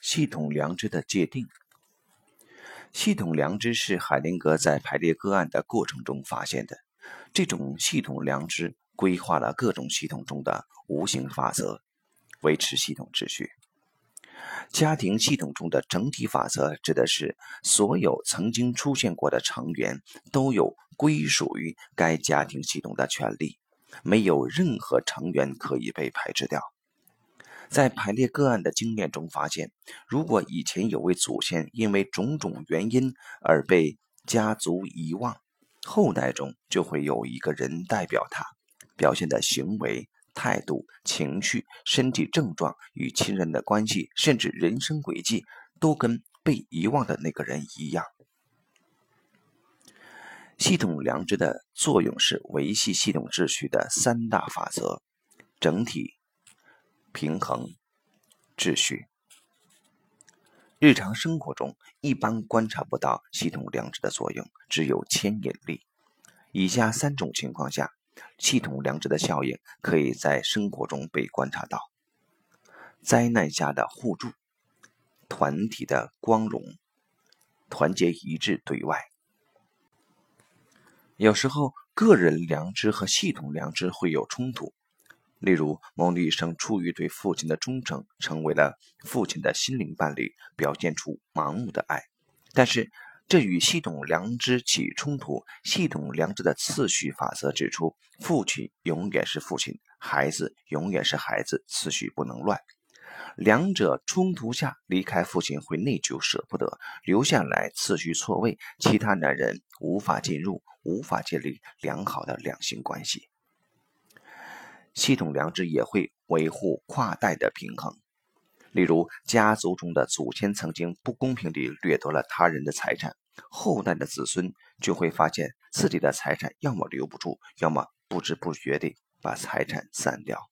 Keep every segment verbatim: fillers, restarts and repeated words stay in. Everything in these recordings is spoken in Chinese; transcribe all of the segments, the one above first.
系统良知的界定。系统良知是海灵格在排列个案的过程中发现的，这种系统良知规划了各种系统中的无形法则，维持系统秩序。家庭系统中的整体法则指的是所有曾经出现过的成员都有归属于该家庭系统的权利，没有任何成员可以被排斥掉。在排列个案的经验中发现，如果以前有位祖先因为种种原因而被家族遗忘，后代中就会有一个人代表他，表现的行为、态度、情绪、身体症状与亲人的关系，甚至人生轨迹，都跟被遗忘的那个人一样。系统良知的作用是维系系统秩序的三大法则：整体、平衡、秩序。日常生活中一般观察不到系统良知的作用，只有牵引力。以下三种情况下，系统良知的效应可以在生活中被观察到：灾难下的互助，团体的光荣，团结一致对外。有时候个人良知和系统良知会有冲突，例如某女生出于对父亲的忠诚，成为了父亲的心灵伴侣，表现出盲目的爱，但是这与系统良知起冲突。系统良知的次序法则指出，父亲永远是父亲，孩子永远是孩子，次序不能乱。两者冲突下，离开父亲会内疚舍不得，留下来次序错位，其他男人无法进入，无法建立良好的两性关系。系统良知也会维护跨代的平衡，例如家族中的祖先曾经不公平地掠夺了他人的财产，后代的子孙就会发现自己的财产要么留不住，要么不知不觉地把财产散掉。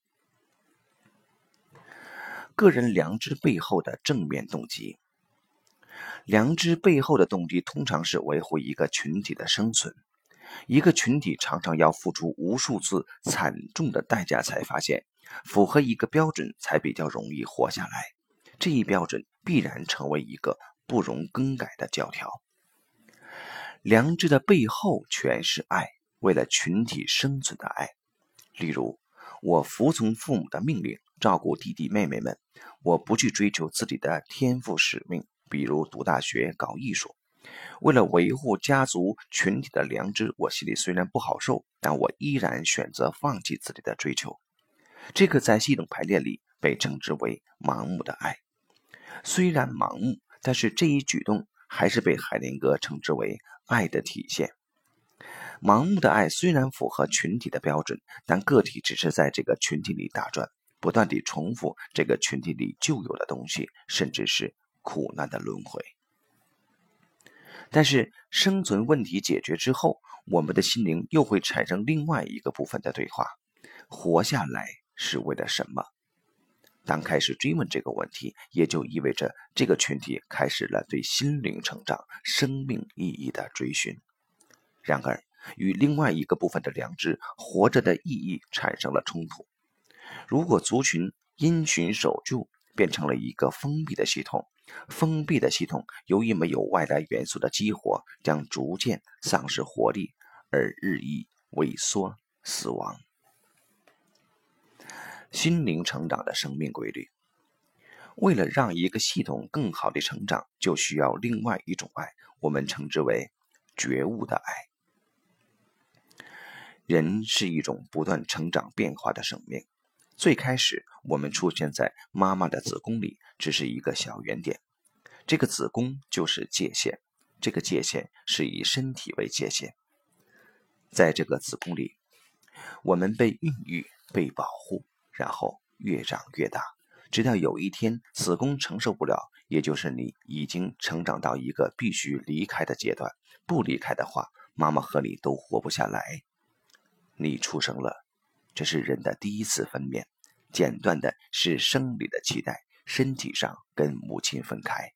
个人良知背后的正面动机。良知背后的动机通常是维护一个群体的生存。一个群体常常要付出无数次惨重的代价才发现，符合一个标准才比较容易活下来。这一标准必然成为一个不容更改的教条。良知的背后全是爱，为了群体生存的爱。例如，我服从父母的命令，照顾弟弟妹妹们，我不去追求自己的天赋使命，比如读大学、搞艺术。为了维护家族群体的良知，我心里虽然不好受，但我依然选择放弃自己的追求。这个在系统排列里被称之为盲目的爱。虽然盲目，但是这一举动还是被海灵格称之为爱的体现。盲目的爱虽然符合群体的标准，但个体只是在这个群体里打转，不断地重复这个群体里旧有的东西，甚至是苦难的轮回。但是生存问题解决之后，我们的心灵又会产生另外一个部分的对话：活下来是为了什么？当开始追问这个问题，也就意味着这个群体开始了对心灵成长、生命意义的追寻。然而，与另外一个部分的良知活着的意义产生了冲突。如果族群因循守旧，变成了一个封闭的系统，封闭的系统由于没有外来元素的激活，将逐渐丧失活力，而日益萎缩死亡。心灵成长的生命规律。为了让一个系统更好地成长，就需要另外一种爱，我们称之为觉悟的爱。人是一种不断成长变化的生命。最开始我们出现在妈妈的子宫里，只是一个小圆点，这个子宫就是界限，这个界限是以身体为界限。在这个子宫里，我们被孕育、被保护，然后越长越大，直到有一天子宫承受不了，也就是你已经成长到一个必须离开的阶段，不离开的话，妈妈和你都活不下来。你出生了，这是人的第一次分娩，简短的是生理的期待，身体上跟母亲分开。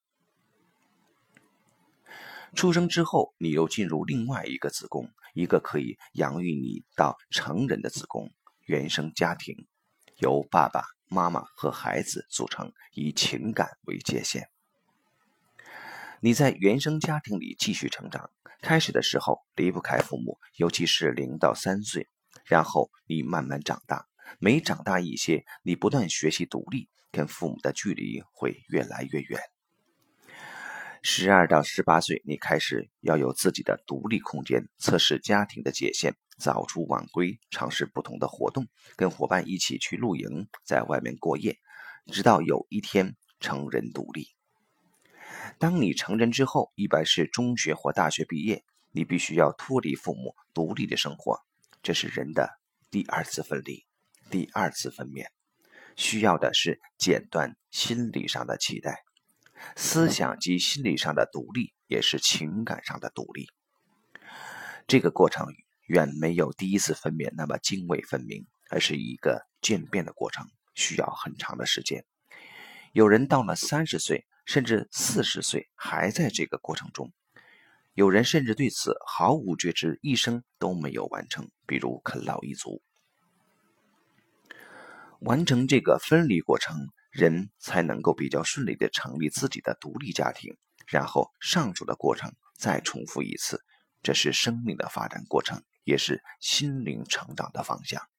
出生之后，你又进入另外一个子宫，一个可以养育你到成人的子宫，原生家庭，由爸爸妈妈和孩子组成，以情感为界限。你在原生家庭里继续成长，开始的时候离不开父母，尤其是零到三岁，然后你慢慢长大，每长大一些，你不断学习独立，跟父母的距离会越来越远。十二到十八岁，你开始要有自己的独立空间，测试家庭的界限，早出晚归，尝试不同的活动，跟伙伴一起去露营，在外面过夜，直到有一天成人独立。当你成人之后，一般是中学或大学毕业，你必须要脱离父母，独立的生活，这是人的第二次分离，第二次分娩，需要的是剪断心理上的期待。思想及心理上的独立，也是情感上的独立。这个过程远没有第一次分娩那么泾渭分明，而是一个渐变的过程，需要很长的时间。有人到了三十岁甚至四十岁还在这个过程中，有人甚至对此毫无觉知，一生都没有完成，比如啃老一族。完成这个分离过程，人才能够比较顺利地成立自己的独立家庭，然后上述的过程再重复一次，这是生命的发展过程，也是心灵成长的方向。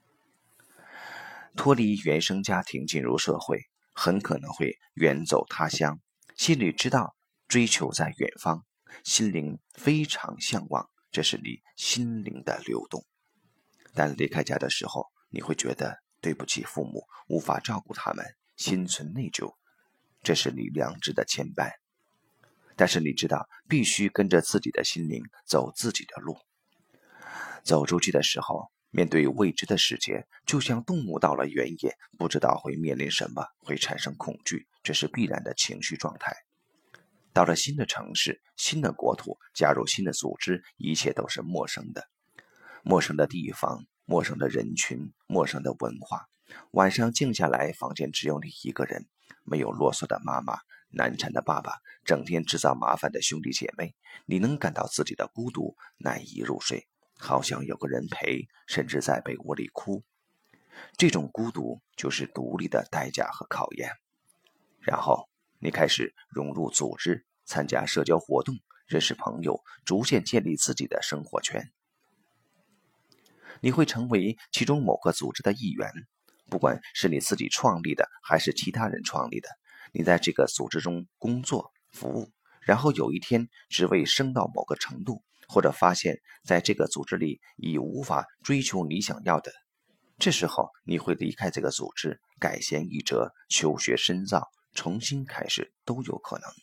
脱离原生家庭进入社会，很可能会远走他乡，心里知道追求在远方，心灵非常向往，这是你心灵的流动。但离开家的时候，你会觉得对不起父母，无法照顾他们，心存内疚，这是你良知的牵绊。但是你知道，必须跟着自己的心灵走自己的路。走出去的时候，面对未知的世界，就像动物到了原野，不知道会面临什么，会产生恐惧，这是必然的情绪状态。到了新的城市，新的国土，加入新的组织，一切都是陌生的。陌生的地方，陌生的人群，陌生的文化。晚上静下来，房间只有你一个人，没有啰嗦的妈妈，难缠的爸爸，整天制造麻烦的兄弟姐妹，你能感到自己的孤独，难以入睡，好想有个人陪，甚至在被窝里哭。这种孤独就是独立的代价和考验。然后你开始融入组织，参加社交活动，认识朋友，逐渐建立自己的生活圈。你会成为其中某个组织的一员，不管是你自己创立的还是其他人创立的，你在这个组织中工作服务，然后有一天职位升到某个程度，或者发现在这个组织里已无法追求你想要的，这时候你会离开这个组织，改弦易辙，求学深造，重新开始都有可能。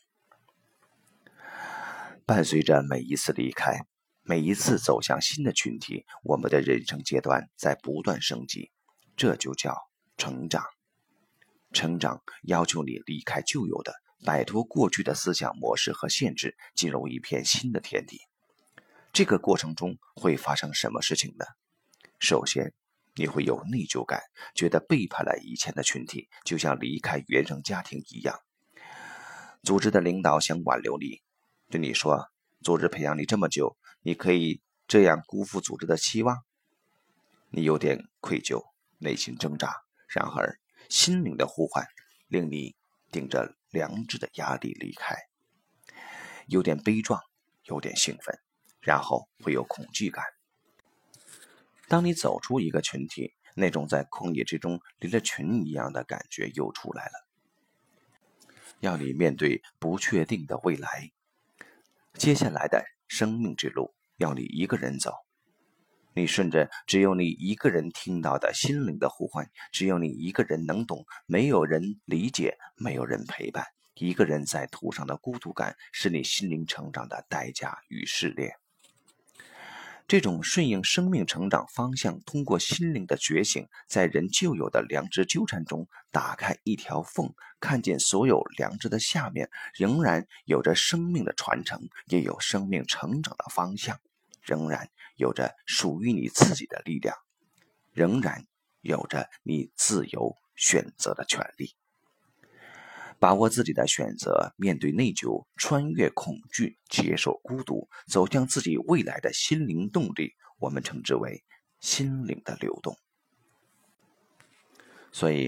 伴随着每一次离开，每一次走向新的群体，我们的人生阶段在不断升级，这就叫成长。成长要求你离开旧有的，摆脱过去的思想模式和限制，进入一片新的天地。这个过程中会发生什么事情呢？首先，你会有内疚感，觉得背叛了以前的群体，就像离开原生家庭一样。组织的领导想挽留你，对你说，组织培养你这么久，你可以这样辜负组织的期望？你有点愧疚，内心挣扎，然而心灵的呼唤令你顶着良知的压力离开，有点悲壮，有点兴奋，然后会有恐惧感。当你走出一个群体，那种在旷野之中离了群一样的感觉又出来了，要你面对不确定的未来。接下来的生命之路要你一个人走，你顺着只有你一个人听到的心灵的呼唤，只有你一个人能懂，没有人理解，没有人陪伴，一个人在途上的孤独感是你心灵成长的代价与试炼。这种顺应生命成长方向，通过心灵的觉醒，在人旧有的良知纠缠中打开一条缝，看见所有良知的下面仍然有着生命的传承，也有生命成长的方向，仍然有着属于你自己的力量，仍然有着你自由选择的权利。把握自己的选择，面对内疚，穿越恐惧，接受孤独，走向自己未来的心灵动力，我们称之为心灵的流动。所以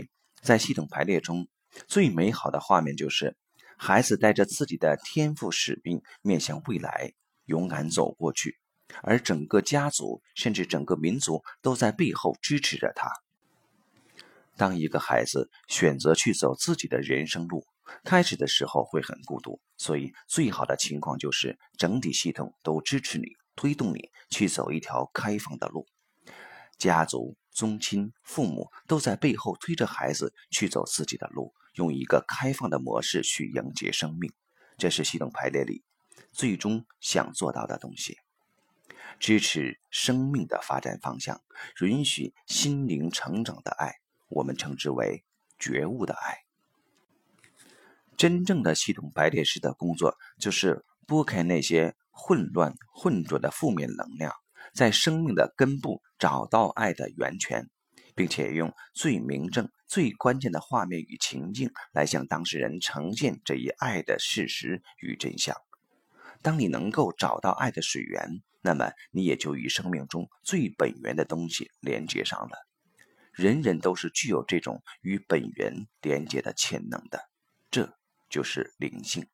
在系统排列中，最美好的画面就是孩子带着自己的天赋使命面向未来，勇敢走过去，而整个家族甚至整个民族都在背后支持着他。当一个孩子选择去走自己的人生路，开始的时候会很孤独，所以最好的情况就是整体系统都支持你，推动你去走一条开放的路。家族、宗亲、父母都在背后推着孩子去走自己的路，用一个开放的模式去迎接生命。这是系统排列里最终想做到的东西。支持生命的发展方向，允许心灵成长的爱，我们称之为觉悟的爱。真正的系统排列师的工作就是拨开那些混乱混浊的负面能量，在生命的根部找到爱的源泉，并且用最明正最关键的画面与情境来向当事人呈现这一爱的事实与真相。当你能够找到爱的水源，那么你也就与生命中最本源的东西连接上了。人人都是具有这种与本源连接的潜能的，这就是灵性。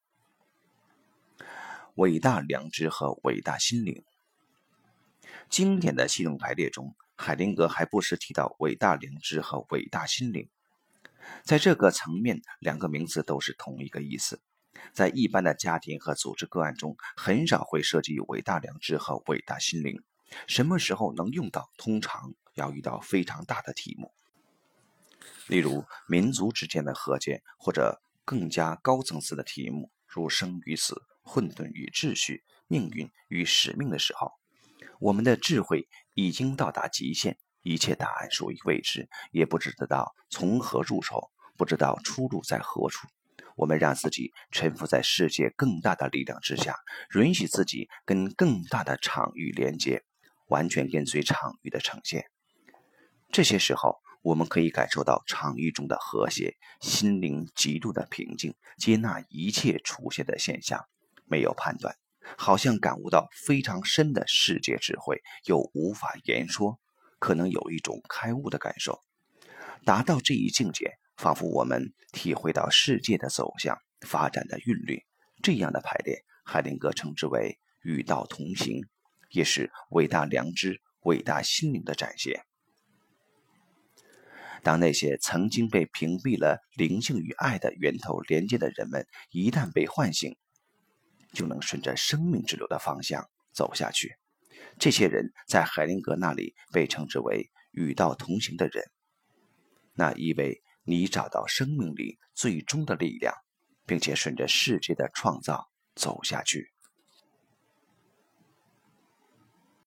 伟大良知和伟大心灵。经典的系统排列中，海灵格还不时提到伟大良知和伟大心灵。在这个层面，两个名词都是同一个意思。在一般的家庭和组织个案中，很少会涉及伟大良知和伟大心灵。什么时候能用到？通常要遇到非常大的题目，例如民族之间的和解，或者更加高层次的题目，如生与死、混沌与秩序、命运与使命的时候，我们的智慧已经到达极限，一切答案属于未知，也不知道从何入手，不知道出路在何处。我们让自己臣服在世界更大的力量之下，允许自己跟更大的场域连接，完全跟随场域的呈现。这些时候，我们可以感受到场域中的和谐，心灵极度的平静，接纳一切出现的现象，没有判断，好像感悟到非常深的世界智慧，又无法言说，可能有一种开悟的感受。达到这一境界，仿佛我们体会到世界的走向、发展的韵律。这样的排列，海灵格称之为与道同行，也是伟大良知、伟大心灵的展现。当那些曾经被屏蔽了灵性与爱的源头连接的人们一旦被唤醒，就能顺着生命之流的方向走下去。这些人在海灵格那里被称之为与道同行的人，那意味你找到生命里最终的力量，并且顺着世界的创造走下去。